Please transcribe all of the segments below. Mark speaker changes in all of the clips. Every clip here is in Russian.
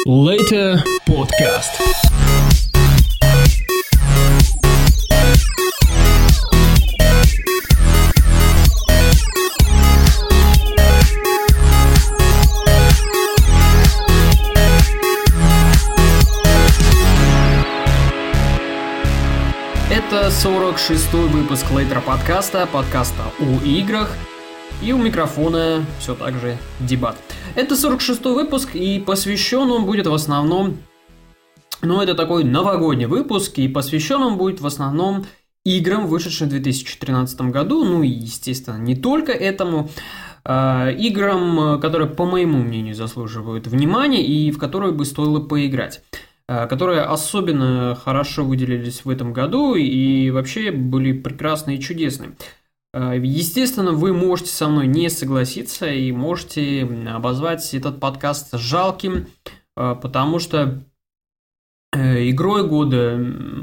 Speaker 1: Later Podcast. Это 46-й выпуск Later подкаста о играх. И у микрофона все так же Дебат. Это 46-й выпуск, и посвящен он будет в основном... это такой новогодний выпуск, и посвящен он будет в основном играм, вышедшим в 2013 году. И, естественно, не только этому. Играм, которые, по моему мнению, заслуживают внимания, и в которые бы стоило поиграть. Которые особенно хорошо выделились в этом году, и вообще были прекрасны и чудесны. Естественно, вы можете со мной не согласиться и можете обозвать этот подкаст жалким, потому что игрой года,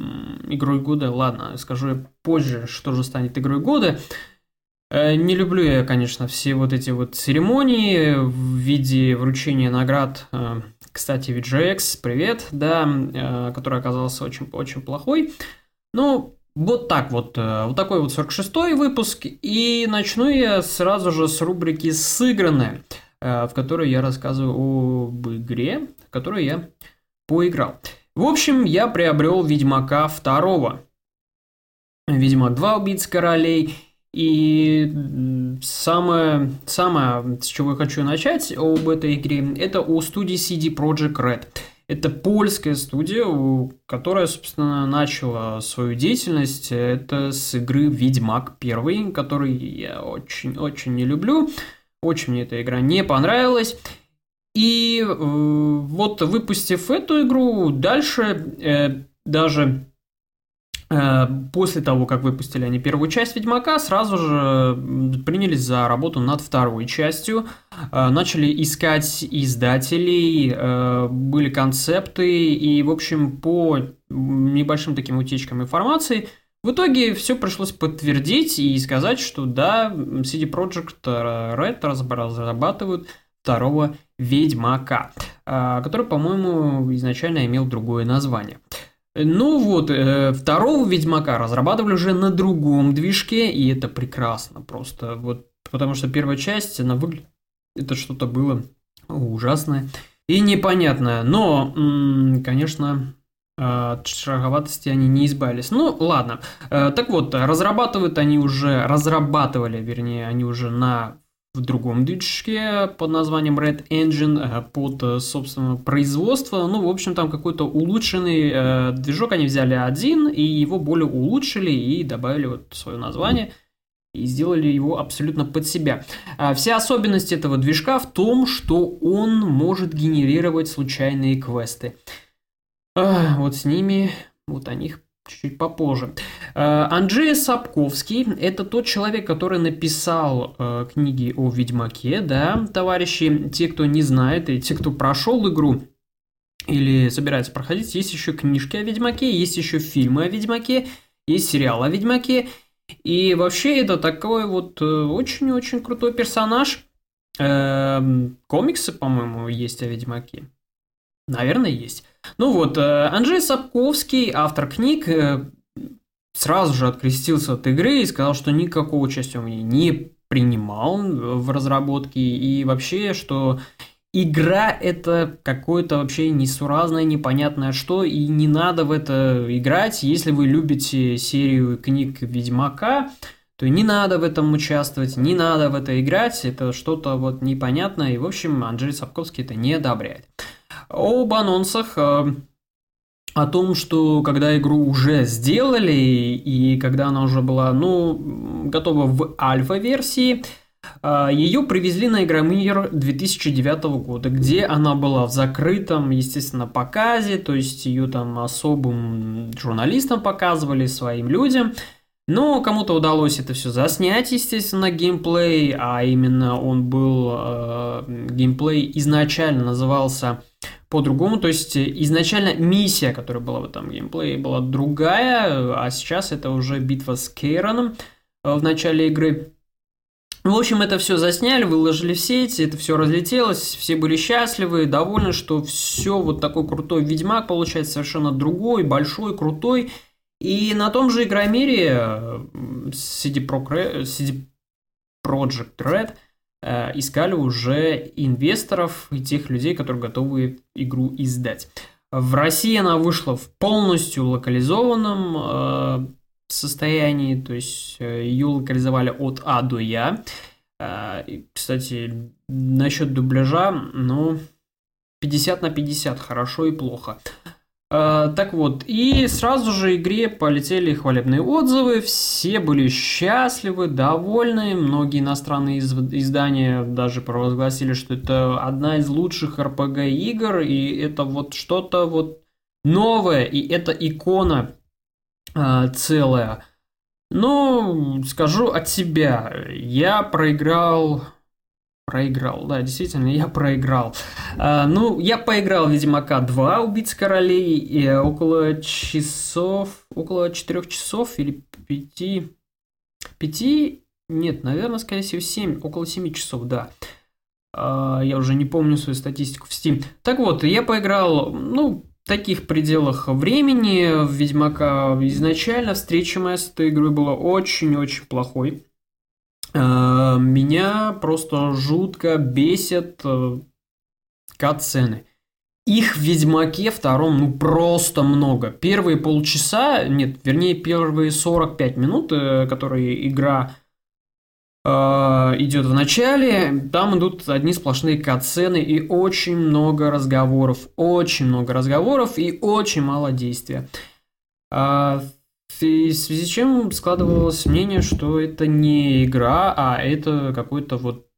Speaker 1: ладно, скажу я позже, что же станет игрой года. Не люблю я, конечно, все вот эти вот церемонии в виде вручения наград. Кстати, VGX, привет, да, который оказался очень плохой. Вот такой вот 46-й выпуск, и начну я сразу же с рубрики «Сыгранное», в которой я рассказываю об игре, в которую я поиграл. В общем, я приобрел Ведьмака 2. Ведьмак 2 Убийца королей. И самое, с чего я хочу начать об этой игре, это о студии CD Projekt Red. Это польская студия, которая, собственно, начала свою деятельность. Это с игры Ведьмак 1, который я очень не люблю. Очень мне эта игра не понравилась. И вот выпустив эту игру, дальше даже после того, как выпустили они первую часть Ведьмака, сразу же принялись за работу над второй частью, начали искать издателей, были концепты, и, в общем, по небольшим таким утечкам информации, в итоге все пришлось подтвердить и сказать, что да, CD Projekt Red разрабатывают второго Ведьмака, который, по-моему, изначально имел другое название. Второго Ведьмака разрабатывали уже на другом движке, и это прекрасно просто, потому что первая часть, она выглядит, это что-то было ужасное и непонятное, но, конечно, от шаговатости они не избавились. Ладно, так вот, разрабатывали они уже в другом движке под названием Red Engine, под, собственно, производство. В общем, там какой-то улучшенный движок они взяли один, и его более улучшили, и добавили свое название, и сделали его абсолютно под себя. Вся особенность этого движка в том, что он может генерировать случайные квесты. С ними, о них чуть-чуть попозже. Анджей Сапковский – это тот человек, который написал книги о Ведьмаке, да, товарищи. Те, кто не знает, и те, кто прошел игру или собирается проходить, есть еще книжки о Ведьмаке, есть еще фильмы о Ведьмаке, есть сериал о Ведьмаке. И вообще это такой очень-очень крутой персонаж. Комиксы, по-моему, есть о Ведьмаке. Наверное, есть. Анджей Сапковский, автор книг, сразу же открестился от игры и сказал, что никакого участия он в ней не принимал в разработке, и вообще, что игра это какое-то вообще несуразное, непонятное что, и не надо в это играть. Если вы любите серию книг Ведьмака, то не надо в этом участвовать, не надо в это играть, это что-то непонятное, и, в общем, Анджей Сапковский это не одобряет. Об анонсах, о том, что когда игру уже сделали, и когда она уже была, готова в альфа-версии, ее привезли на Игромир 2009 года, где она была в закрытом, естественно, показе, то есть ее там особым журналистам показывали, своим людям. Но кому-то удалось это все заснять, естественно, геймплей, а именно он был, геймплей изначально назывался по-другому, то есть изначально миссия, которая была в этом геймплее, была другая, а сейчас это уже битва с Кейроном в начале игры. В общем, это все засняли, выложили в сеть, это все разлетелось, все были счастливы, довольны, что все вот такой крутой Ведьмак получается совершенно другой, большой, крутой. И на том же Игромире CD Projekt Red искали уже инвесторов и тех людей, которые готовы игру издать. В России она вышла в полностью локализованном состоянии, то есть ее локализовали от А до Я. И, кстати, насчет дубляжа, ну, 50/50, хорошо и плохо. Так вот, и сразу же игре полетели хвалебные отзывы, все были счастливы, довольны, многие иностранные издания даже провозгласили, что это одна из лучших RPG игр, и это вот что-то вот новое, и это икона целая. Но скажу от себя, я проиграл, да, действительно, я проиграл. Я поиграл в Ведьмака 2, Убийц королей, и около 4 часов или 5, нет, наверное, скорее всего, 7, около 7 часов, да. Я уже не помню свою статистику в Steam. Так вот, я поиграл, в таких пределах времени в Ведьмака. Изначально встреча моя с этой игрой была очень-очень плохой. Меня просто жутко бесят кат-сцены. Их в Ведьмаке втором, просто много. Первые полчаса, первые 45 минут, которые игра идет в начале, там идут одни сплошные кат-сцены и очень много разговоров и очень мало действия. И в связи с чем складывалось мнение, что это не игра, а это какой-то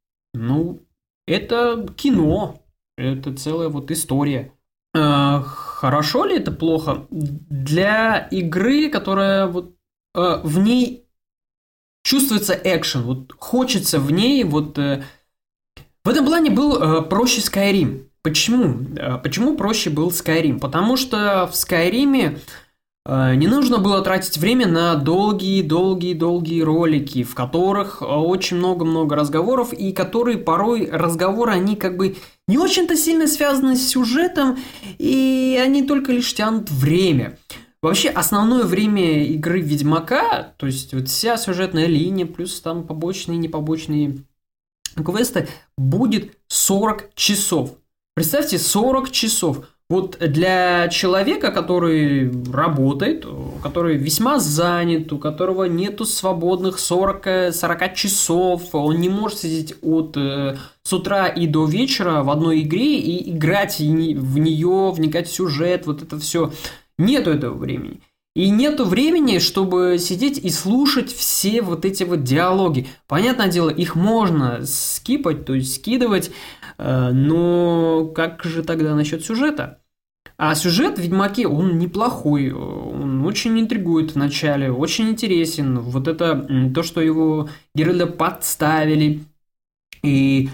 Speaker 1: это кино, это целая история. Хорошо ли это, плохо? Для игры, которая в ней чувствуется экшен, хочется в ней, в этом плане был проще Skyrim. Почему? Почему проще был Skyrim? Потому что в Skyrim не нужно было тратить время на долгие ролики, в которых очень много разговоров, и которые порой разговоры, они не очень-то сильно связаны с сюжетом, и они только лишь тянут время. Вообще, основное время игры Ведьмака, то есть вся сюжетная линия, плюс там побочные и непобочные квесты, будет 40 часов. Представьте, 40 часов. Для человека, который работает, который весьма занят, у которого нету свободных 40 часов, он не может сидеть с утра и до вечера в одной игре и играть в нее, вникать в сюжет, это все. Нету этого времени. И нету времени, чтобы сидеть и слушать все эти диалоги. Понятное дело, их можно скипать, то есть скидывать, но как же тогда насчет сюжета? А сюжет в Ведьмаке, он неплохой, он очень интригует в начале, очень интересен. Это то, что его Геральда подставили. И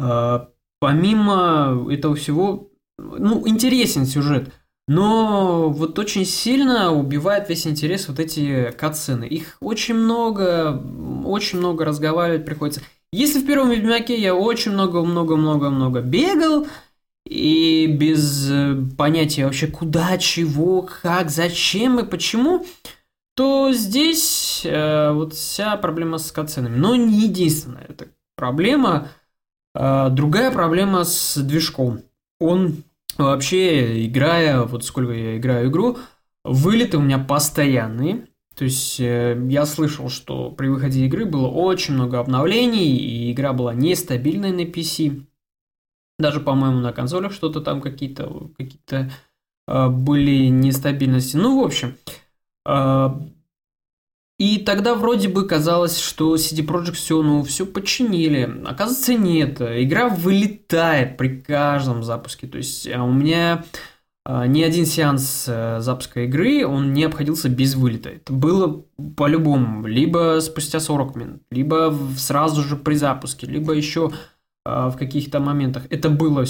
Speaker 1: помимо этого всего, интересен сюжет. Но очень сильно убивает весь интерес эти катсцены. Их очень много разговаривать приходится. Если в первом Ведьмаке я очень много бегал, и без понятия вообще куда, чего, как, зачем и почему, то здесь вся проблема с катсценами. Но не единственная эта проблема. Другая проблема с движком. Он вообще, играя, сколько я играю игру, вылеты у меня постоянные. То есть я слышал, что при выходе игры было очень много обновлений, и игра была нестабильной на PC. Даже, по-моему, на консолях что-то там какие-то были нестабильности. В общем. И тогда вроде бы казалось, что CD Projekt все починили. Оказывается, нет. Игра вылетает при каждом запуске. То есть у меня ни один сеанс запуска игры, он не обходился без вылета. Это было по-любому. Либо спустя 40 минут, либо сразу же при запуске, либо еще в каких-то моментах. Это было все.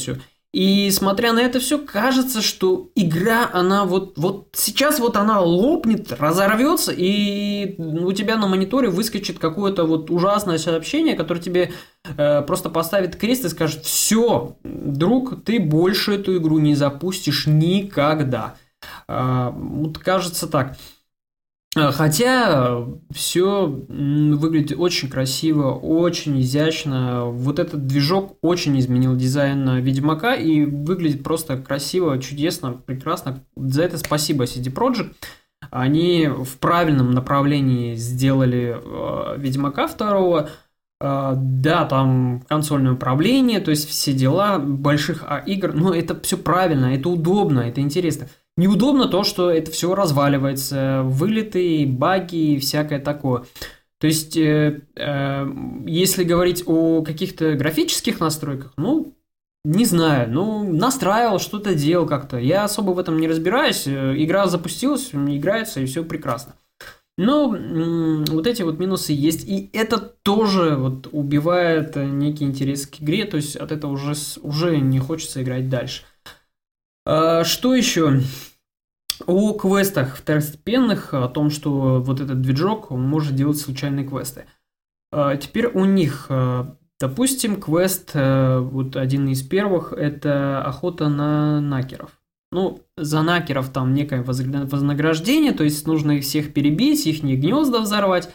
Speaker 1: И смотря на это все, кажется, что игра, она вот сейчас вот она лопнет, разорвется, и у тебя на мониторе выскочит какое-то вот ужасное сообщение, которое тебе просто поставит крест и скажет: все, друг, ты больше эту игру не запустишь никогда. Вот кажется так. Хотя все выглядит очень красиво, очень изящно. Вот этот движок очень изменил дизайн Ведьмака и выглядит просто красиво, чудесно, прекрасно. За это спасибо CD Projekt. Они в правильном направлении сделали Ведьмака 2. Да, там консольное управление, то есть все дела больших игр, но это все правильно, это удобно, это интересно. Неудобно то, что это все разваливается, вылеты, баги и всякое такое. То есть, если говорить о каких-то графических настройках, ну, не знаю, ну, настраивал, что-то делал как-то. Я особо в этом не разбираюсь. Игра запустилась, играется, и все прекрасно. Но вот эти вот минусы есть. И это тоже вот убивает некий интерес к игре. То есть, от этого уже не хочется играть дальше. Что еще? О квестах второстепенных, о том, что вот этот движок, он может делать случайные квесты. Теперь у них, допустим, квест, вот один из первых, это охота на накеров. Ну, за накеров там некое вознаграждение, то есть нужно их всех перебить, их гнезда взорвать.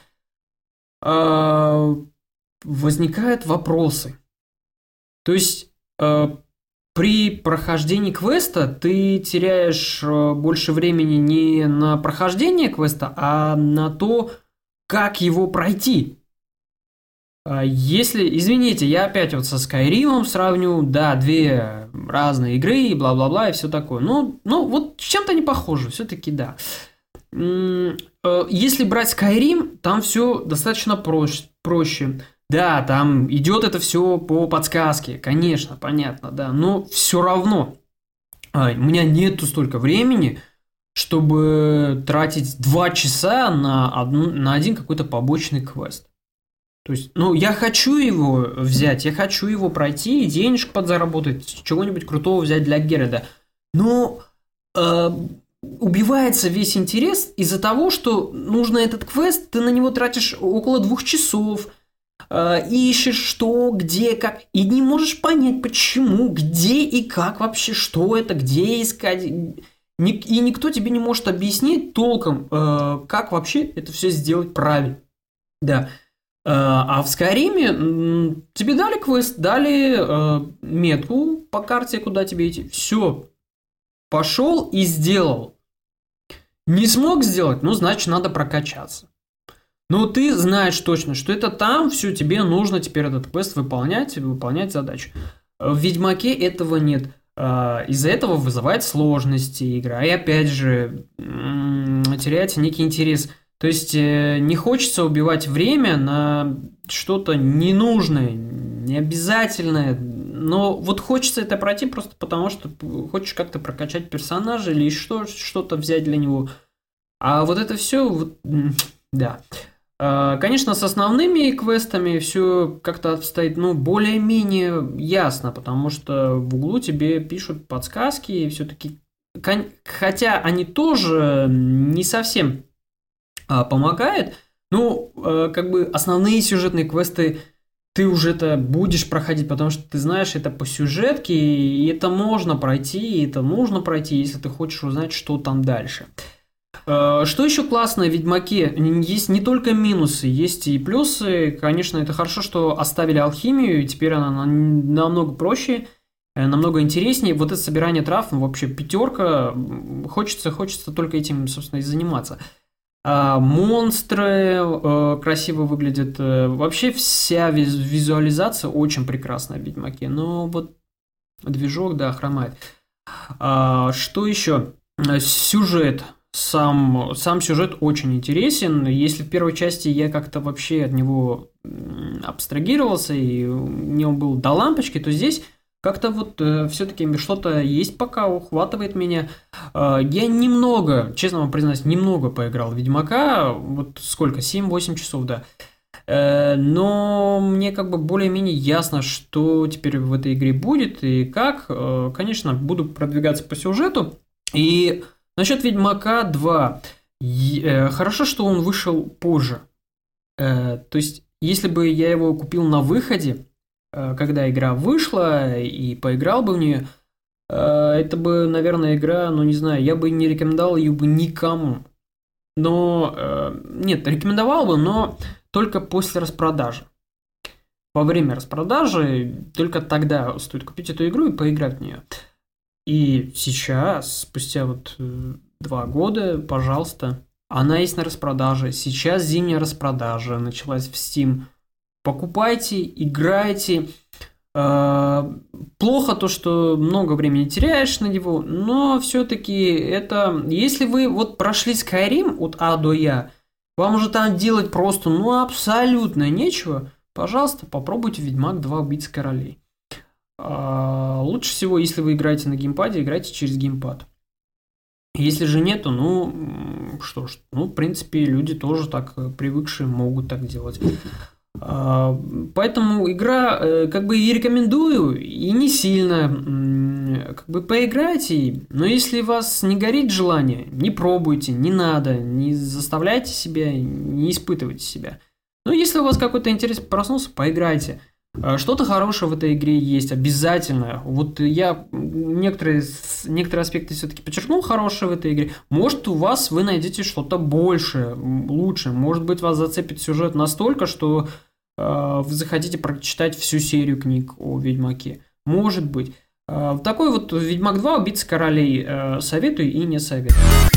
Speaker 1: Возникают вопросы. То есть при прохождении квеста ты теряешь больше времени не на прохождение квеста, а на то, как его пройти. Если, извините, я опять вот со Skyrim сравню, да, две разные игры, и бла-бла-бла, и все такое. Ну, вот чем-то они похожи, все-таки да. Если брать Skyrim, там все достаточно проще. Да, там идет это все по подсказке, конечно, понятно, да, но все равно у меня нету столько времени, чтобы тратить 2 часа на один какой-то побочный квест. То есть, ну, я хочу его взять, я хочу его пройти, денежку подзаработать, чего-нибудь крутого взять для Геральда, но убивается весь интерес из-за того, что нужно этот квест, ты на него тратишь около 2 часов, ищешь что, где, как, и не можешь понять, почему, где и как вообще, что это, где искать, и никто тебе не может объяснить толком, как вообще это все сделать правильно. Да. А в Скайриме тебе дали квест, дали метку по карте, куда тебе идти, все, пошел и сделал. Не смог сделать, ну, значит, надо прокачаться. Но ты знаешь точно, что это там, все, тебе нужно теперь этот квест выполнять задачу. В Ведьмаке этого нет. Из-за этого вызывает сложности игра. И опять же, теряется некий интерес. То есть, не хочется убивать время на что-то ненужное, необязательное. Но вот хочется это пройти просто потому, что хочешь как-то прокачать персонажа или что-то взять для него. А вот это все, вот, да. Конечно, с основными квестами все как-то обстоит, ну, более-менее ясно, потому что в углу тебе пишут подсказки, и все-таки, хотя они тоже не совсем помогают, ну, как бы основные сюжетные квесты ты уже это будешь проходить, потому что ты знаешь, это по сюжетке, и это можно пройти, и это нужно пройти, если ты хочешь узнать, что там дальше. Что еще классно в Ведьмаке? Есть не только минусы, есть и плюсы. Конечно, это хорошо, что оставили алхимию, и теперь она намного проще, намного интереснее. Вот это собирание трав, ну, вообще 5. Хочется только этим, собственно, и заниматься. Монстры красиво выглядят. Вообще вся визуализация очень прекрасная в Ведьмаке. Но вот движок, да, хромает. Что еще? Сюжет. Сам сюжет очень интересен. Если в первой части я как-то вообще от него абстрагировался, и мне он был до лампочки, то здесь как-то вот все-таки что-то есть, пока ухватывает меня. Я немного, честно вам признаюсь, немного поиграл в Ведьмака. Вот сколько? 7-8 часов, да. Но мне как бы более-менее ясно, что теперь в этой игре будет и как. Конечно, буду продвигаться по сюжету. И насчет Ведьмака 2. Хорошо, что он вышел позже. То есть, если бы я его купил на выходе, когда игра вышла, и поиграл бы в нее, это бы, наверное, игра, ну не знаю, я бы не рекомендовал ее бы никому. Но, нет, рекомендовал бы, но только после распродажи. Во время распродажи только тогда стоит купить эту игру и поиграть в нее. И сейчас, спустя вот 2 года, пожалуйста, она есть на распродаже. Сейчас зимняя распродажа началась в Steam. Покупайте, играйте. Плохо то, что много времени теряешь на него, но все-таки это... Если вы вот прошли Skyrim от А до Я, вам уже там делать просто, ну, абсолютно нечего, пожалуйста, попробуйте Ведьмак 2 Убийца королей. Лучше всего, если вы играете на геймпаде, играйте через геймпад. Если же нету, ну, что ж, ну, в принципе, люди тоже так привыкшие могут так делать. Поэтому игра, как бы и рекомендую, и не сильно, как бы поиграйте, но если вас не горит желание, не пробуйте, не надо, не заставляйте себя, не испытывайте себя. Но если у вас какой-то интерес проснулся, поиграйте. Что-то хорошее в этой игре есть, обязательно. Вот я некоторые аспекты все-таки подчеркнул хорошее в этой игре. Может, у вас вы найдете что-то большее, лучше. Может быть, вас зацепит сюжет настолько, что вы захотите прочитать всю серию книг о Ведьмаке. Может быть. Такой вот Ведьмак 2 Убийца королей советую и не советую.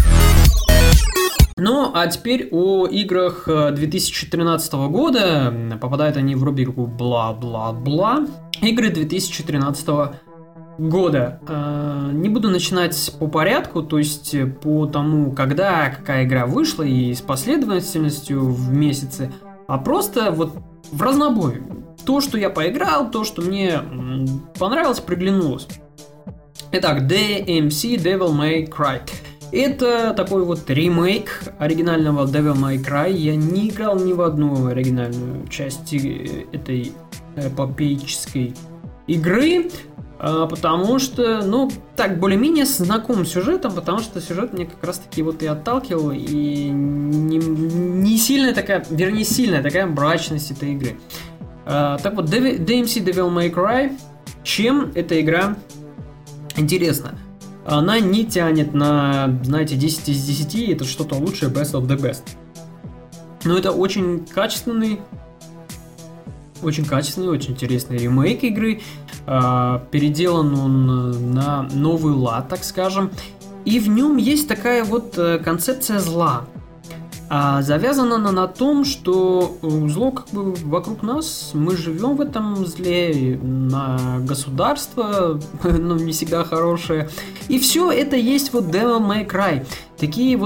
Speaker 1: Ну, а теперь о играх 2013 года. Попадают они в рубрику бла-бла-бла. Игры 2013 года. Не буду начинать по порядку, то есть по тому, когда какая игра вышла и с последовательностью в месяце, а просто вот в разнобой. То, что я поиграл, то, что мне понравилось, приглянулось. Итак, DMC Devil May Cry. Это такой вот ремейк оригинального Devil May Cry. Я не играл ни в одну оригинальную часть этой эпопеической игры, потому что, ну, так, более-менее знаком с сюжетом, потому что сюжет мне как раз-таки вот и отталкивал, и не сильная такая, вернее, сильная такая мрачность этой игры. Так вот, DMC Devil May Cry, чем эта игра интересна? Она не тянет на, знаете, 10 из 10, это что-то лучшее, best of the best. Но это очень качественный, очень интересный ремейк игры. Переделан он на новый лад, так скажем. И в нем есть такая вот концепция зла. Завязана она на том, что зло как бы вокруг нас, мы живем в этом зле, на государство, но не всегда хорошее. И все это есть вот Devil May Cry. Такие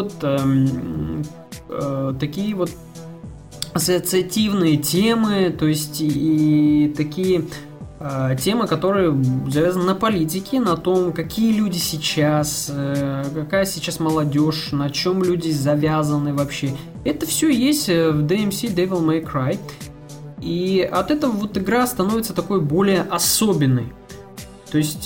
Speaker 1: вот ассоциативные темы, то есть и такие темы, которые завязаны на политике, на том, какие люди сейчас, какая сейчас молодежь, на чем люди завязаны вообще. Это все есть в DMC Devil May Cry. И от этого вот игра становится такой более особенной. То есть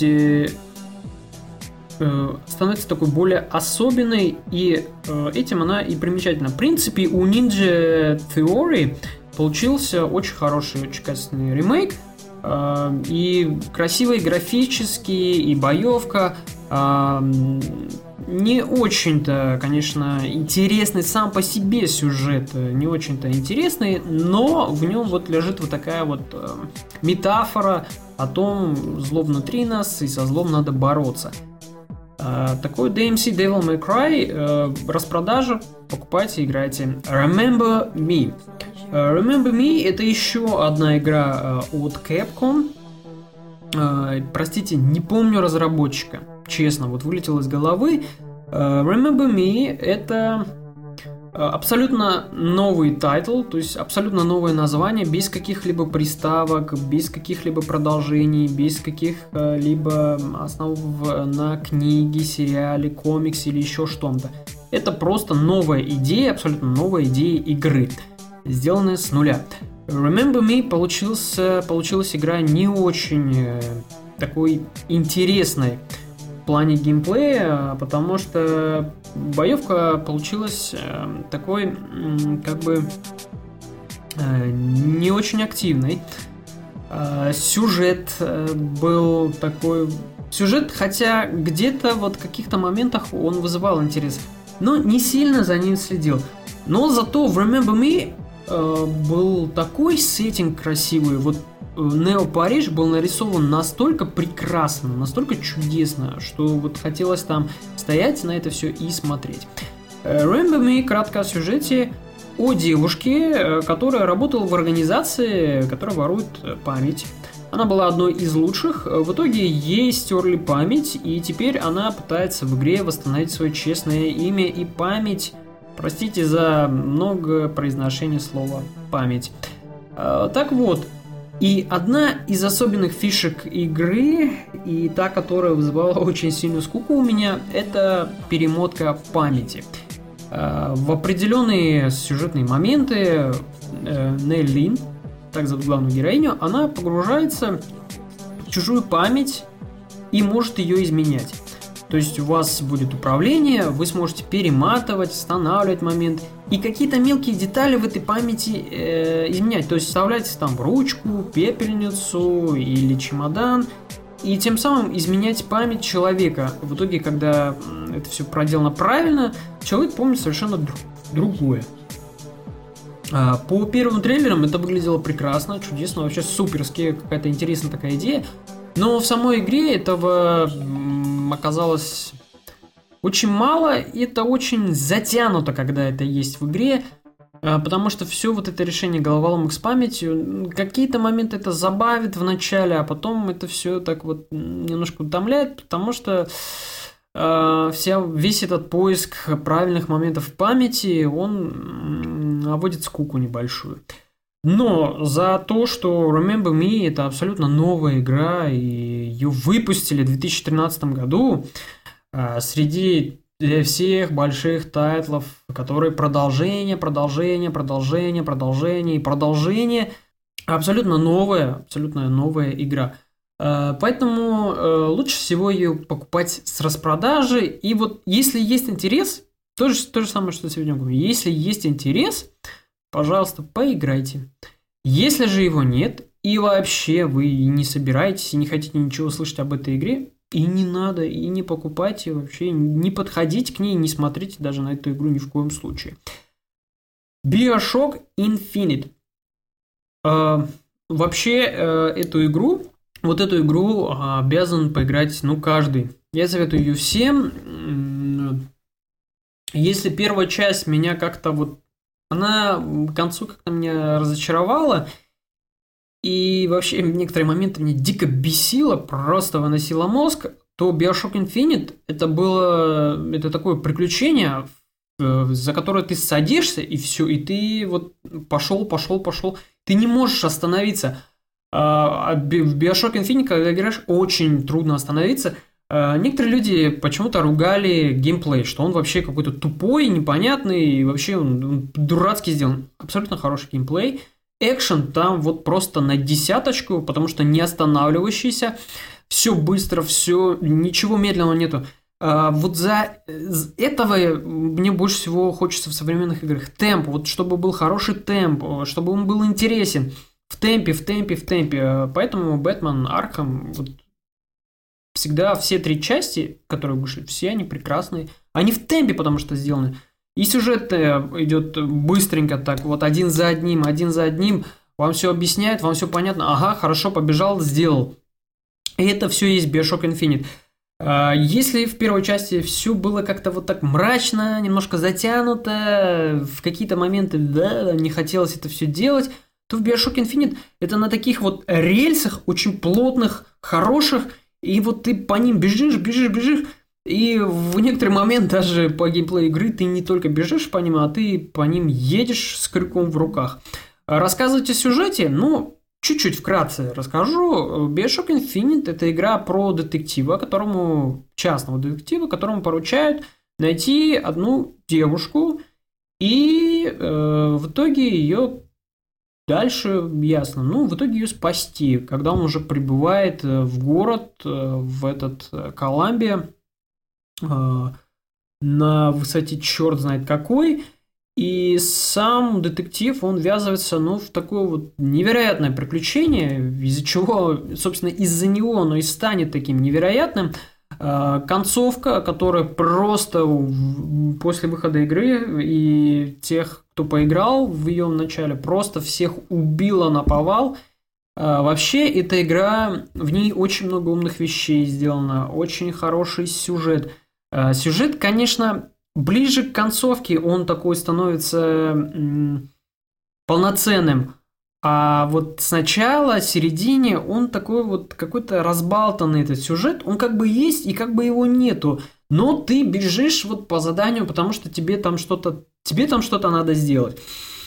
Speaker 1: становится такой более особенной, и этим она и примечательна. В принципе, у Ninja Theory получился очень хороший, очень качественный ремейк. И красивый графический, и боевка. Не очень-то, конечно, интересный сам по себе сюжет, не очень-то интересный, но в нем вот лежит вот такая вот метафора о том, зло внутри нас, и со злом надо бороться. Такой DMC Devil May Cry, распродажа, покупайте, играйте. Remember Me. Remember Me — это еще одна игра от Capcom. Простите, не помню разработчика. Честно, вот вылетело из головы. Remember Me — это абсолютно новый тайтл, то есть абсолютно новое название, без каких-либо приставок, без каких-либо продолжений, без каких-либо основ на книге, сериале, комиксе или еще что-то. Это просто новая идея, абсолютно новая идея игры. сделанная с нуля. Remember Me получилась игра не очень такой интересной в плане геймплея, потому что боевка получилась такой, как бы, не очень активной. Сюжет был такой... Сюжет, хотя где-то вот в каких-то моментах он вызывал интерес, но не сильно за ним следил. Но зато в Remember Me был такой сеттинг красивый. Вот Нео Париж был нарисован настолько прекрасно, настолько чудесно, что вот хотелось там стоять на это все и смотреть. Remember Me кратко о сюжете о девушке, которая работала в организации, которая ворует память. Она была одной из лучших. В итоге ей стерли память, и теперь она пытается в игре восстановить свое честное имя и память. Простите за много произношения слова «память». Так вот, и одна из особенных фишек игры, и та, которая вызывала очень сильную скуку у меня, это перемотка памяти. В определенные сюжетные моменты Нелл Лин, так зовут главную героиню, она погружается в чужую память и может ее изменять. То есть у вас будет управление, вы сможете перематывать, останавливать момент и какие-то мелкие детали в этой памяти изменять. То есть вставлять там ручку, пепельницу или чемодан и тем самым изменять память человека. В итоге, когда это все проделано правильно, человек помнит совершенно другое. По первым трейлерам это выглядело прекрасно, чудесно, вообще суперски, какая-то интересная такая идея. Но в самой игре этого оказалось очень мало, и это очень затянуто, когда это есть в игре, потому что все вот это решение головоломок с памятью, какие-то моменты это забавит в начале, а потом это все так вот немножко утомляет, потому что весь этот поиск правильных моментов в памяти, он наводит скуку небольшую. Но за то, что Remember Me это абсолютно новая игра, и ее выпустили в 2013 году, среди всех больших тайтлов, которые продолжение, абсолютно новая игра. Поэтому лучше всего ее покупать с распродажи. И вот если есть интерес, то же самое, что сегодня говорю, если есть интерес, пожалуйста, поиграйте. Если же его нет, и вообще вы не собираетесь, и не хотите ничего слышать об этой игре, и не надо, и не покупайте вообще, не подходите к ней, не смотрите даже на эту игру ни в коем случае. BioShock Infinite. Вообще, эту игру обязан поиграть, каждый. Я советую ее всем. Если первая часть меня как-то вот... Она к концу как-то меня разочаровала. И вообще в некоторые моменты меня дико бесило, просто выносило мозг, то BioShock Infinite это такое приключение, за которое ты садишься, и все, и ты вот пошел. Ты не можешь остановиться. В BioShock Infinite, когда играешь, очень трудно остановиться. Некоторые люди почему-то ругали геймплей, что он вообще какой-то тупой, непонятный, и вообще он дурацкий сделан. Абсолютно хороший геймплей. Экшен там вот просто на десяточку, потому что не останавливающийся. Все быстро, все, ничего медленного нету. Вот за этого мне больше всего хочется в современных играх. Темп, вот чтобы был хороший темп, чтобы он был интересен. В темпе. Поэтому Бэтмен Арkham, вот, всегда все 3 части, которые вышли, все они прекрасные. Они в темпе, потому что сделаны. И сюжет идет быстренько так, вот один за одним. Вам все объясняют, вам все понятно. Ага, хорошо, побежал, сделал. И это все есть BioShock Infinite. Если в первой части все было как-то вот так мрачно, немножко затянуто, в какие-то моменты, не хотелось это все делать, то в BioShock Infinite это на таких вот рельсах, очень плотных, хороших, и вот ты по ним бежишь, и в некоторый момент даже по геймплею игры ты не только бежишь по ним, а ты по ним едешь с крюком в руках. Рассказывать о сюжете, чуть-чуть вкратце расскажу. BioShock Infinite – это игра про частного детектива, которому поручают найти одну девушку И в итоге ее дальше ясно. Ну, в итоге ее спасти, когда он уже прибывает в город, в этот Коламбия, на высоте черт знает какой. И сам детектив, он ввязывается, ну, в такое вот невероятное приключение, из-за чего, собственно, из-за него оно и станет таким невероятным. Концовка, которая просто после выхода игры и тех, кто поиграл в ее начале, просто всех убила наповал. Вообще, эта игра, в ней очень много умных вещей сделано, очень хороший сюжет. Сюжет, конечно, ближе к концовке он такой становится полноценным. А вот сначала, середине, он такой вот какой-то разбалтанный этот сюжет. Он как бы есть и как бы его нету. Но ты бежишь вот по заданию, потому что тебе там что-то надо сделать.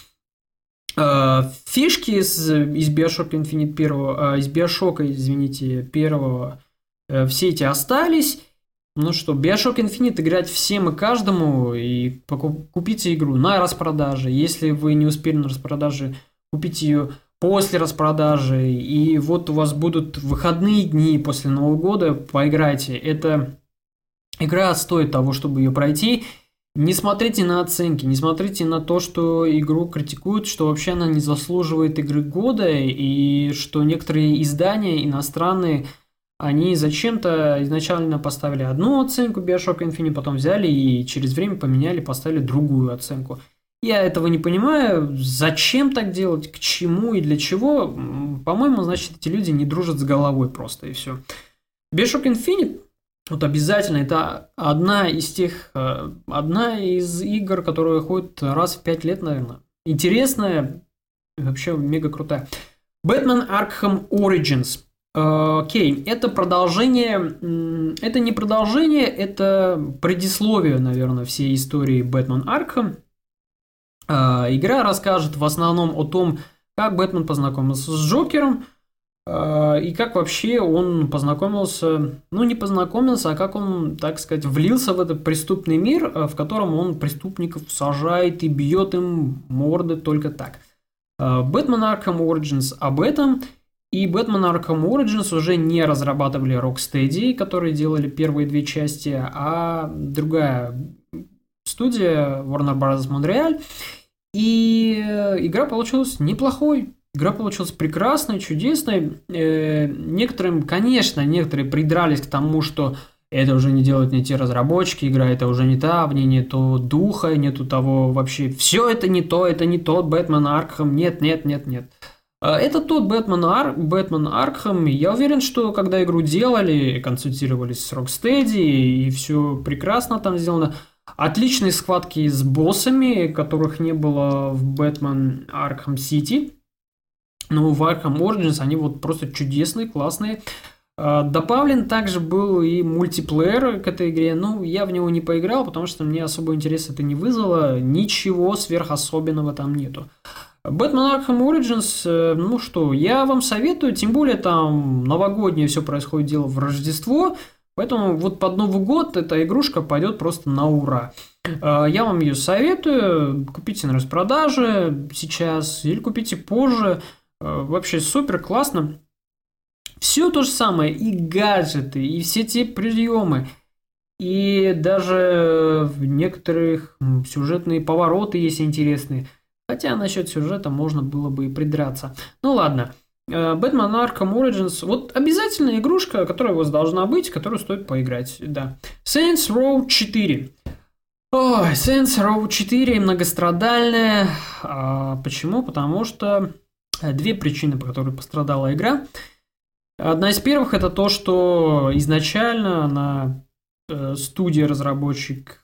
Speaker 1: Фишки из Bioshock Infinite первого, из Bioshock, извините, первого, все эти остались. Ну что, Bioshock Infinite играть всем и каждому, и купите игру на распродаже. Если вы не успели на распродаже, купите ее после распродажи, и вот у вас будут выходные дни после Нового года, поиграйте. Эта игра стоит того, чтобы ее пройти. Не смотрите на оценки, не смотрите на то, что игру критикуют, что вообще она не заслуживает игры года, и что некоторые издания иностранные, они зачем-то изначально поставили одну оценку Bioshock Infinite, потом взяли и через время поменяли, поставили другую оценку. Я этого не понимаю, зачем так делать, к чему и для чего. По-моему, значит, эти люди не дружат с головой просто, и все. Bioshock Infinite, вот обязательно, это одна из игр, которая выходит раз в 5 лет, наверное. Интересная, вообще мега крутая. Batman Arkham Origins. Окей, это продолжение, это не продолжение, это предисловие, наверное, всей истории Batman Arkham. Игра расскажет в основном о том, как Бэтмен познакомился с Джокером, и как вообще он познакомился, ну не познакомился, а как он, так сказать, влился в этот преступный мир, в котором он преступников сажает и бьет им морды только так. Batman Arkham Origins об этом. И Batman Arkham Origins уже не разрабатывали Rocksteady, которые делали первые две части, а другая студия Warner Bros. Montreal. И игра получилась неплохой. Игра получилась прекрасной, чудесной. Некоторые придрались к тому, что это уже не делают не те разработчики, игра это уже не та, в ней нету духа, нету того вообще. Все это не то, это не тот Batman Arkham. Нет. Это тот Бэтмен Аркхэм. Я уверен, что когда игру делали, консультировались с Rocksteady, и все прекрасно там сделано. Отличные схватки с боссами, которых не было в Batman Arkham City. Но в Arkham Origins они вот просто чудесные, классные. Добавлен также был и мультиплеер к этой игре. Ну, я в него не поиграл, потому что мне особо интерес это не вызвало. Ничего сверхособенного там нету. Batman Arkham Origins, ну что, я вам советую, тем более там новогоднее все происходит дело в Рождество, поэтому вот под Новый год эта игрушка пойдет просто на ура. Я вам ее советую, купите на распродаже сейчас или купите позже, вообще супер классно. Все то же самое, и гаджеты, и все те приемы, и даже в некоторых сюжетные повороты есть интересные. Хотя насчет сюжета можно было бы и придраться. Ну ладно. Batman Arkham Origins. Вот обязательная игрушка, которая у вас должна быть, которую стоит поиграть. Да. Saints Row 4. Ой, Saints Row 4 многострадальная. Почему? Потому что две причины, по которым пострадала игра. Одна из первых это то, что изначально на студия-разработчик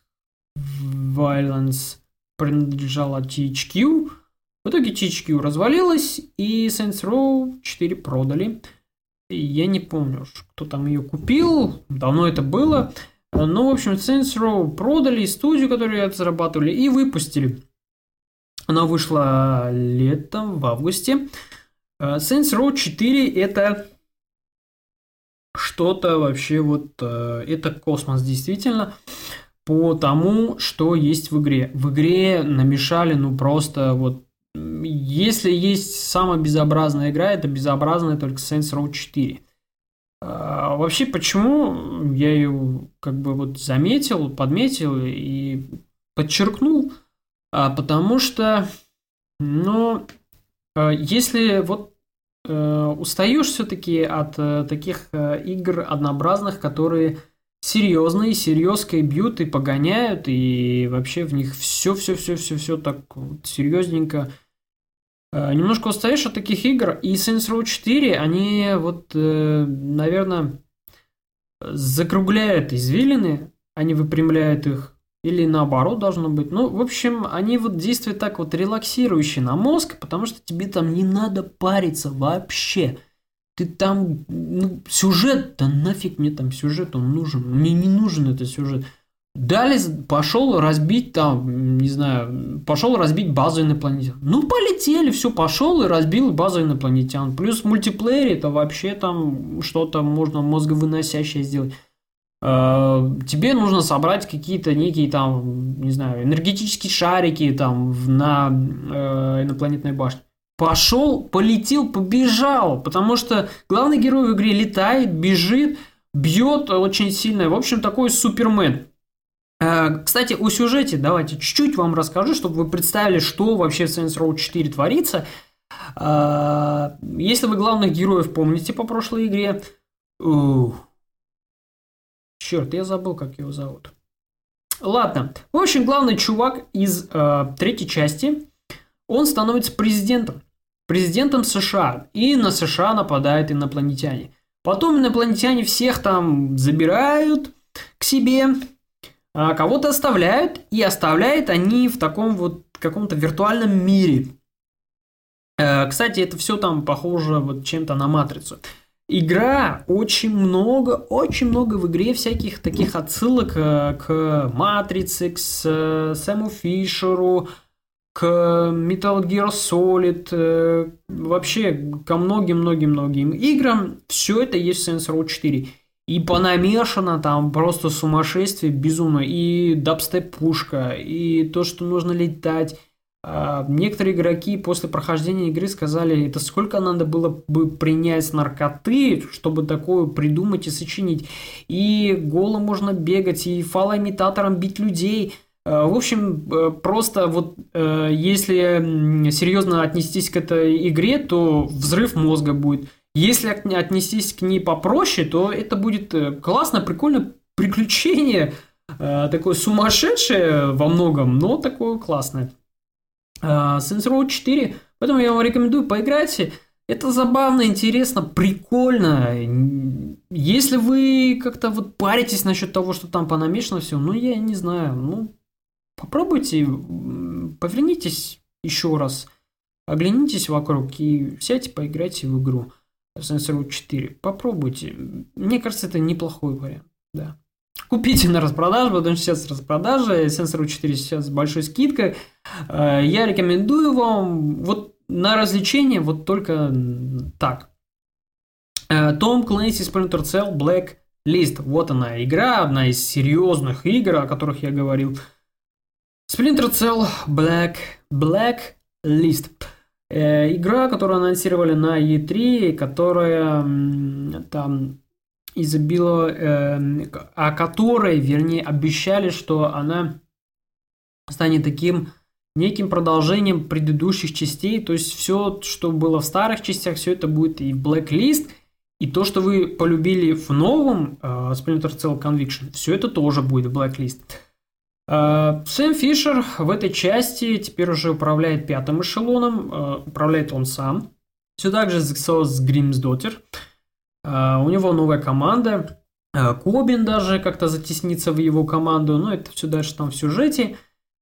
Speaker 1: Violence принадлежала THQ. В итоге THQ развалилась, и Saints Row 4 продали. Я не помню, кто там ее купил, давно это было. Но, в общем, Saints Row продали, студию, которую ее разрабатывали, и выпустили. Она вышла летом, в августе. Saints Row 4 это что-то вообще вот, это космос, действительно. по тому, что есть в игре. В игре намешали, ну просто вот, если есть самая безобразная игра, это безобразная только Saints Row 4. Вообще, почему я ее как бы вот заметил, подметил и подчеркнул? Потому что, ну, если вот устаешь все-таки от таких игр однообразных, которые серьезные, серьезкой бьют и погоняют, и вообще в них все так вот серьезненько. Немножко устаешь от таких игр, и Saints Row 4, они вот, наверное, закругляют извилины, они выпрямляют их, или наоборот должно быть. Ну, в общем, они вот действуют так вот релаксирующе на мозг, потому что тебе там не надо париться вообще. Ты там, ну, сюжет, да нафиг мне там сюжет, он нужен. Мне не нужен этот сюжет. Дали, пошел разбить там, не знаю, пошел разбить базу инопланетян. Ну, полетели, все, пошел и разбил базу инопланетян. Плюс в мультиплеере это вообще там что-то можно мозговыносящее сделать. Тебе нужно собрать какие-то некие там, не знаю, энергетические шарики там на инопланетной башне. Пошел, полетел, побежал, потому что главный герой в игре летает, бежит, бьет очень сильно. В общем, такой Супермен. Кстати, о сюжете давайте чуть-чуть вам расскажу, чтобы вы представили, что вообще в Saints Row 4 творится. Если вы главных героев помните по прошлой игре... Черт, я забыл, как его зовут. Ладно. В общем, главный чувак из третьей части, он становится президентом. Президентом США. И на США нападают инопланетяне. Потом инопланетяне всех там забирают к себе, кого-то оставляют, и оставляют они в таком вот каком-то виртуальном мире. Кстати, это все там похоже вот чем-то на Матрицу. Игра очень много в игре всяких таких отсылок к Матрице, к Сэму Фишеру, к Metal Gear Solid, вообще ко многим играм. Все это есть в Saints Row 4. И понамешано там просто сумасшествие безумно. И дабстеп-пушка, и то, что нужно летать. Некоторые игроки после прохождения игры сказали, это сколько надо было бы принять наркоты, чтобы такое придумать и сочинить. И голым можно бегать, и фалоимитатором бить людей. В общем, просто вот если серьезно отнестись к этой игре, то взрыв мозга будет. Если отнестись к ней попроще, то это будет классно, прикольно, приключение, такое сумасшедшее во многом, но такое классное. Saints Row 4, поэтому я вам рекомендую поиграть. Это забавно, интересно, прикольно. Если вы как-то вот паритесь насчет того, что там понамешано все, ну я не знаю, ну попробуйте, повернитесь еще раз, оглянитесь вокруг и сядьте, поиграйте в игру Saints Row 4. Попробуйте. Мне кажется, это неплохой вариант, да. Купите на распродаже, потому что сейчас распродажа, Saints Row 4 сейчас с большой скидкой. Я рекомендую вам вот на развлечение вот только так. Tom Clancy's Splinter Cell Black List. Вот она игра, одна из серьезных игр, о которых я говорил. Splinter Cell Black List. Игра, которую анонсировали на E3, которая там изобиловала, о которой, вернее, обещали, что она станет таким неким продолжением предыдущих частей. То есть все, что было в старых частях, все это будет и в Blacklist. И то, что вы полюбили в новом Splinter Cell Conviction, все это тоже будет в Blacklist. Сэм Фишер в этой части теперь уже управляет пятым эшелоном. Управляет он сам. Все так же с Гримсдоттер. У него новая команда. Кобин даже как-то затеснится в его команду. Но это все дальше там в сюжете.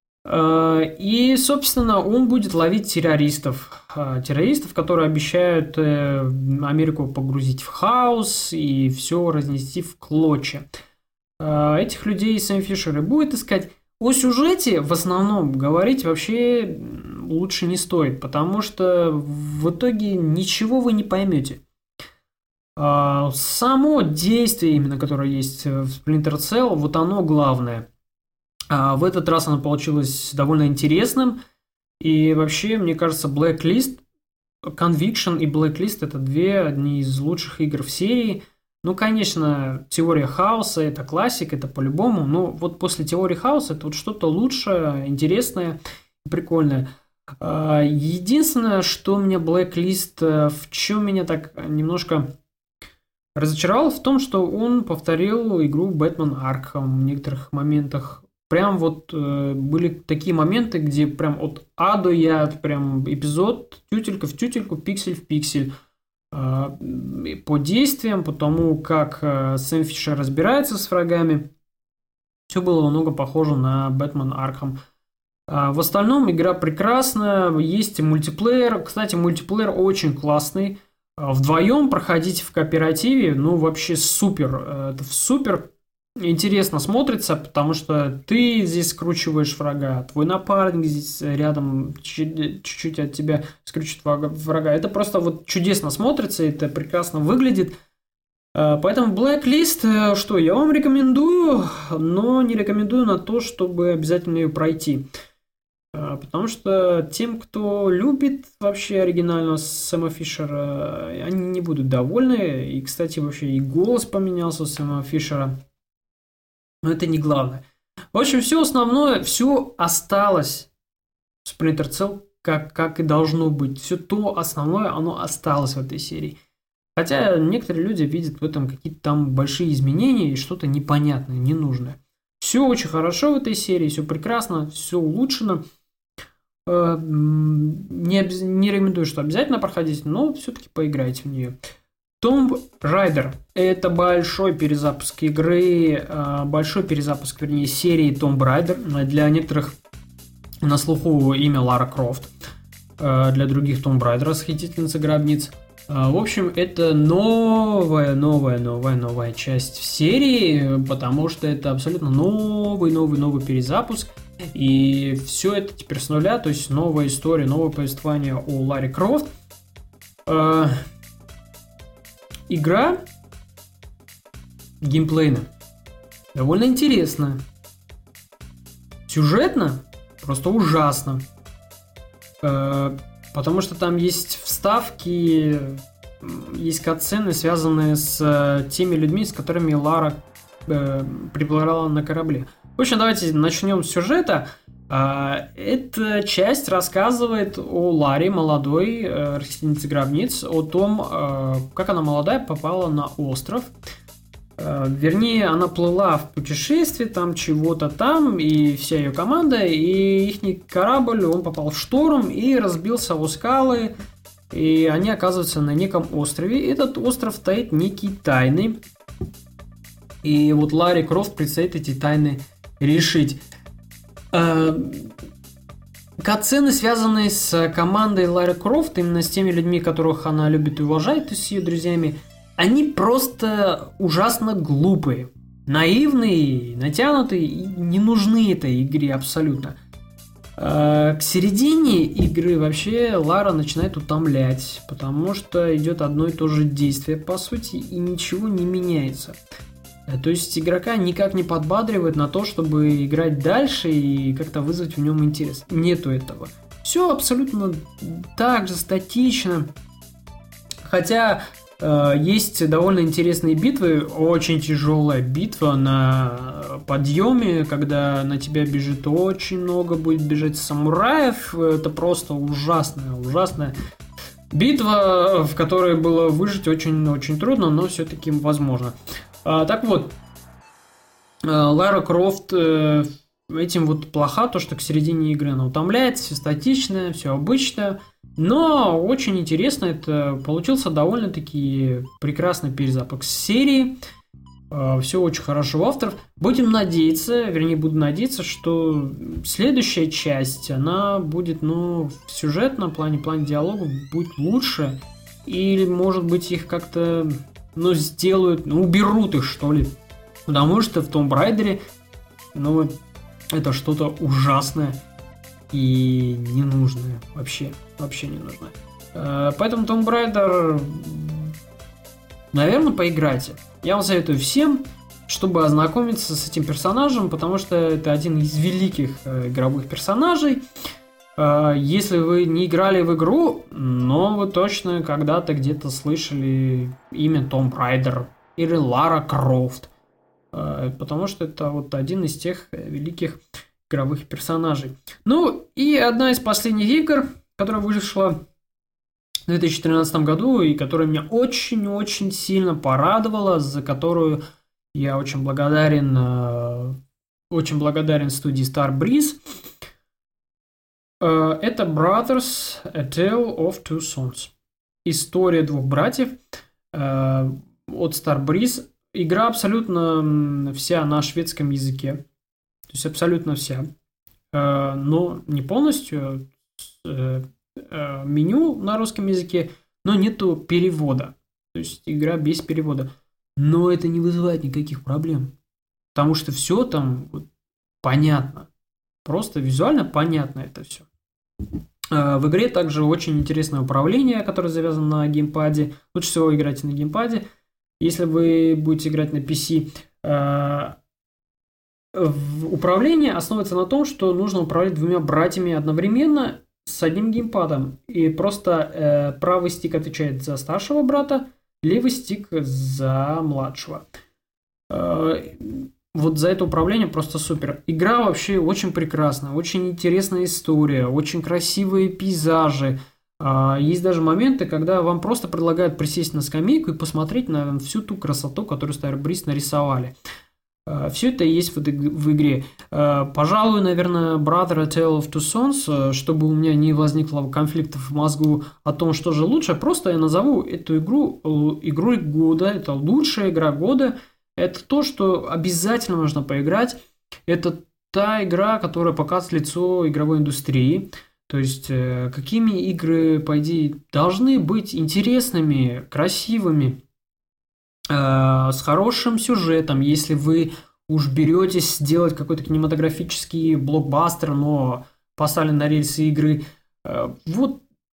Speaker 1: И, собственно, он будет ловить террористов. Террористов, которые обещают Америку погрузить в хаос и все разнести в клочья. Этих людей Сэм Фишер и будет искать. О сюжете в основном говорить вообще лучше не стоит, потому что в итоге ничего вы не поймете. Само действие, именно которое есть в Splinter Cell, вот оно главное. В этот раз оно получилось довольно интересным. И вообще, мне кажется, Blacklist, Conviction и Blacklist — это одни из лучших игр в серии. Ну, конечно, Теория хаоса — это классик, это по-любому. Но вот после Теории хаоса это вот что-то лучшее, интересное и прикольное. Единственное, что меня Blacklist, в чем меня так немножко разочаровал, в том, что он повторил игру Batman Arkham в некоторых моментах. Прям вот были такие моменты, где прям от А до Я, прям эпизод тютелька в тютельку, пиксель в пиксель. По действиям, по тому, как Сэм Фишер разбирается с врагами. Все было много похоже на Batman Arkham. В остальном игра прекрасная, есть мультиплеер. Кстати, мультиплеер очень классный. Вдвоем проходить в кооперативе, ну вообще супер. Это супер интересно смотрится, потому что ты здесь скручиваешь врага, твой напарник здесь рядом чуть-чуть от тебя скручивает врага. Это просто вот чудесно смотрится, это прекрасно выглядит. Поэтому Blacklist, что я вам рекомендую, но не рекомендую на то, чтобы обязательно ее пройти. Потому что тем, кто любит вообще оригинального Сэма Фишера, они не будут довольны. И, кстати, вообще и голос поменялся у Сэма Фишера. Но это не главное. В общем, все основное, все осталось в Splinter Cell, как и должно быть. Все то основное, оно осталось в этой серии. Хотя некоторые люди видят в этом какие-то там большие изменения и что-то непонятное, ненужное. Все очень хорошо в этой серии, все прекрасно, все улучшено. Не рекомендую, что обязательно проходить, но все-таки поиграйте в нее. Tomb Raider – это большой перезапуск игры, вернее, серии Tomb Raider. Для некоторых на слуху имя Лара Крофт, для других Tomb Raider – расхитительница гробниц. В общем, это новая часть в серии, потому что это абсолютно новый перезапуск. И все это теперь с нуля, то есть новая история, новое повествование о Ларе Крофт. Игра геймплейно довольно интересная. Сюжетно просто ужасно. Потому что там есть вставки, есть катсцены, связанные с теми людьми, с которыми Лара приплывала на корабле. В общем, давайте начнем с сюжета. Эта часть рассказывает о Ларе, молодой расхитительнице гробниц, о том, как она молодая попала на остров. Вернее, она плыла в путешествие, там чего-то там, и вся ее команда, и их корабль, он попал в шторм и разбился о скалы, и они оказываются на неком острове. Этот остров стоит некий тайный, и вот Ларе Крофт предстоит эти тайны решить. Катсцены, связанные с командой Лары Крофт, именно с теми людьми, которых она любит и уважает, и с ее друзьями, они просто ужасно глупые, наивные, натянутые и не нужны этой игре абсолютно. К середине игры вообще Лара начинает утомлять, потому что идет одно и то же действие по сути и ничего не меняется. То есть игрока никак не подбадривает на то, чтобы играть дальше и как-то вызвать в нем интерес. Нету этого. Все абсолютно так же статично. Хотя есть довольно интересные битвы. Очень тяжелая битва на подъеме, когда на тебя бежит очень много, будет бежать самураев. Это просто ужасная битва, в которой было выжить очень-очень трудно, но все-таки возможно. Так вот, Лара Крофт этим вот плоха, то что к середине игры она утомляется, все статично, все обычно, но очень интересно, это получился довольно-таки прекрасный перезапуск серии, все очень хорошо у авторов. Буду надеяться, что следующая часть, она будет, в сюжетном плане диалогов будет лучше, или, может быть, их как-то... сделают, уберут их, что ли. Потому что в Tomb Raider, это что-то ужасное и ненужное. Вообще не нужное. Поэтому Tomb Raider, наверное, поиграйте. Я вам советую всем. чтобы ознакомиться с этим персонажем, потому что это один из великих игровых персонажей. Если вы не играли в игру, но вы точно когда-то где-то слышали имя Том Райдер или Лара Крофт, потому что это вот один из тех великих игровых персонажей. Ну и одна из последних игр, которая вышла в 2013 году и которая меня очень-очень сильно порадовала, за которую я очень благодарен студии Starbreeze. Это Brothers: A Tale of Two Sons. История двух братьев от Starbreeze. Игра абсолютно вся на шведском языке. То есть абсолютно вся. Но не полностью. Меню на русском языке, но нету перевода. То есть игра без перевода. Но это не вызывает никаких проблем. Потому что все там понятно. Просто визуально понятно это все. В игре также очень интересное управление, которое завязано на геймпаде. Лучше всего играйте на геймпаде. Если вы будете играть на PC, управление основывается на том, что нужно управлять двумя братьями одновременно с одним геймпадом. И просто правый стик отвечает за старшего брата, левый стик за младшего. Вот за это управление просто супер. Игра вообще очень прекрасная, очень интересная история, очень красивые пейзажи. Есть даже моменты, когда вам просто предлагают присесть на скамейку и посмотреть на всю ту красоту, которую Starbreeze нарисовали. Все это есть в игре. Пожалуй, наверное, Brother: A Tale of Two Sons, чтобы у меня не возникло конфликтов в мозгу о том, что же лучше, просто я назову эту игру игрой года. Это лучшая игра года. Это то, что обязательно нужно поиграть. Это та игра, которая показывает лицо игровой индустрии. То есть, какими игры, по идее, должны быть интересными, красивыми, с хорошим сюжетом. Если вы уж беретесь сделать какой-то кинематографический блокбастер, но поставили на рельсы игры, это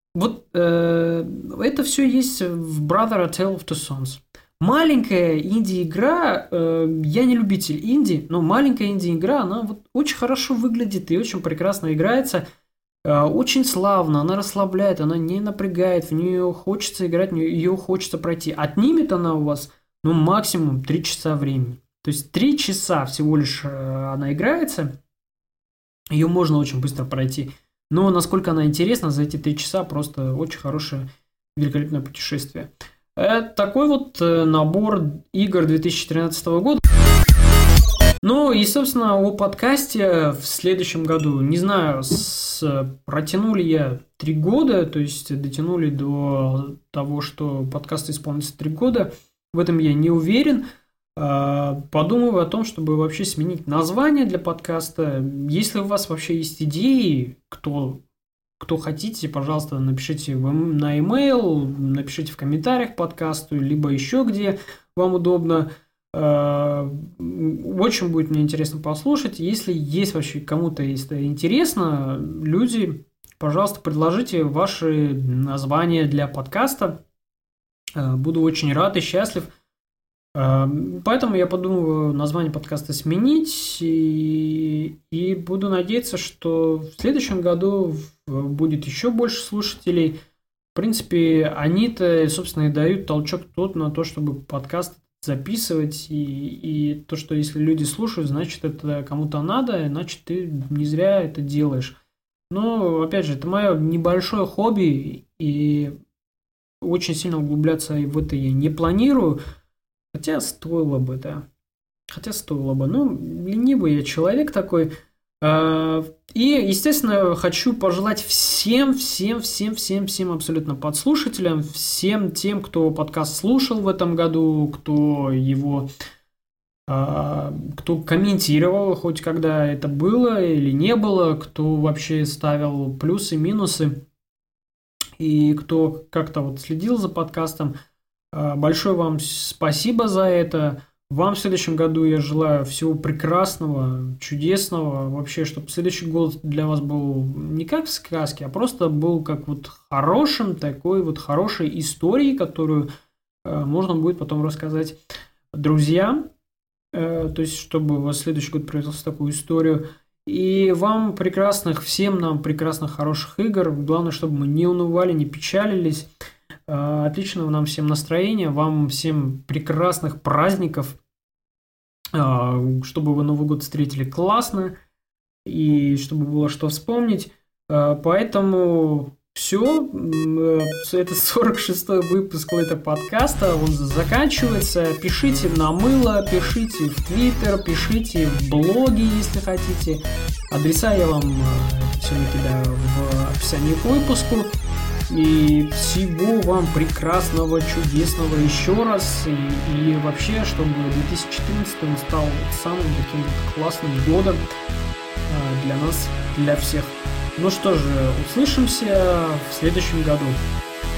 Speaker 1: все есть в Brother: A Tale of Two Sons. Маленькая инди-игра, я не любитель инди, но маленькая инди-игра, она вот очень хорошо выглядит и очень прекрасно играется, очень славно, она расслабляет, она не напрягает, в нее хочется играть, ее хочется пройти. Отнимет она у вас, максимум 3 часа времени. То есть 3 часа всего лишь она играется, ее можно очень быстро пройти. Но насколько она интересна, за эти 3 часа просто очень хорошее, великолепное путешествие. Это такой вот набор игр 2013 года. Ну и, собственно, о подкасте в следующем году. Не знаю, протяну ли я 3 года, то есть дотянули до того, что подкаст исполнится 3 года. В этом я не уверен. Подумаю о том, чтобы вообще сменить название для подкаста. Если у вас вообще есть идеи, кто хотите, пожалуйста, напишите на e-mail, напишите в комментариях к подкасту, либо еще где вам удобно. Очень будет мне интересно послушать. Если есть вообще кому-то интересно, люди, пожалуйста, предложите ваши названия для подкаста. Буду очень рад и счастлив. Поэтому я подумаю название подкаста сменить и буду надеяться, что в следующем году будет еще больше слушателей. В принципе, они-то, собственно, и дают толчок на то, чтобы подкаст записывать. И то, что если люди слушают, значит, это кому-то надо, значит, ты не зря это делаешь. Но, опять же, это мое небольшое хобби, и очень сильно углубляться в это я не планирую. Хотя стоило бы, да. Ленивый я человек такой. И, естественно, хочу пожелать всем абсолютно подслушателям, всем тем, кто подкаст слушал в этом году, кто комментировал, хоть когда это было или не было, кто вообще ставил плюсы, минусы, и кто как-то следил за подкастом. Большое вам спасибо за это. Вам в следующем году я желаю всего прекрасного, чудесного. Вообще, чтобы следующий год для вас был не как в сказке, а просто был как хорошим, такой хорошей историей, которую можно будет потом рассказать друзьям. то есть чтобы у вас следующий год превратился в такую историю. И вам всем нам прекрасных, хороших игр. Главное, чтобы мы не унывали, не печалились. Отличного нам всем настроения, вам всем прекрасных праздников, чтобы вы Новый год встретили классно и чтобы было что вспомнить. Поэтому все, это 46-й выпуск этого подкаста, он заканчивается. Пишите на мыло, пишите в Твиттер, пишите в блоге, если хотите. Адреса я вам все накидаю в описании к выпуску. И всего вам прекрасного, чудесного еще раз. И вообще, чтобы 2014 он стал самым таким классным годом для нас, для всех. Ну что же, услышимся в следующем году.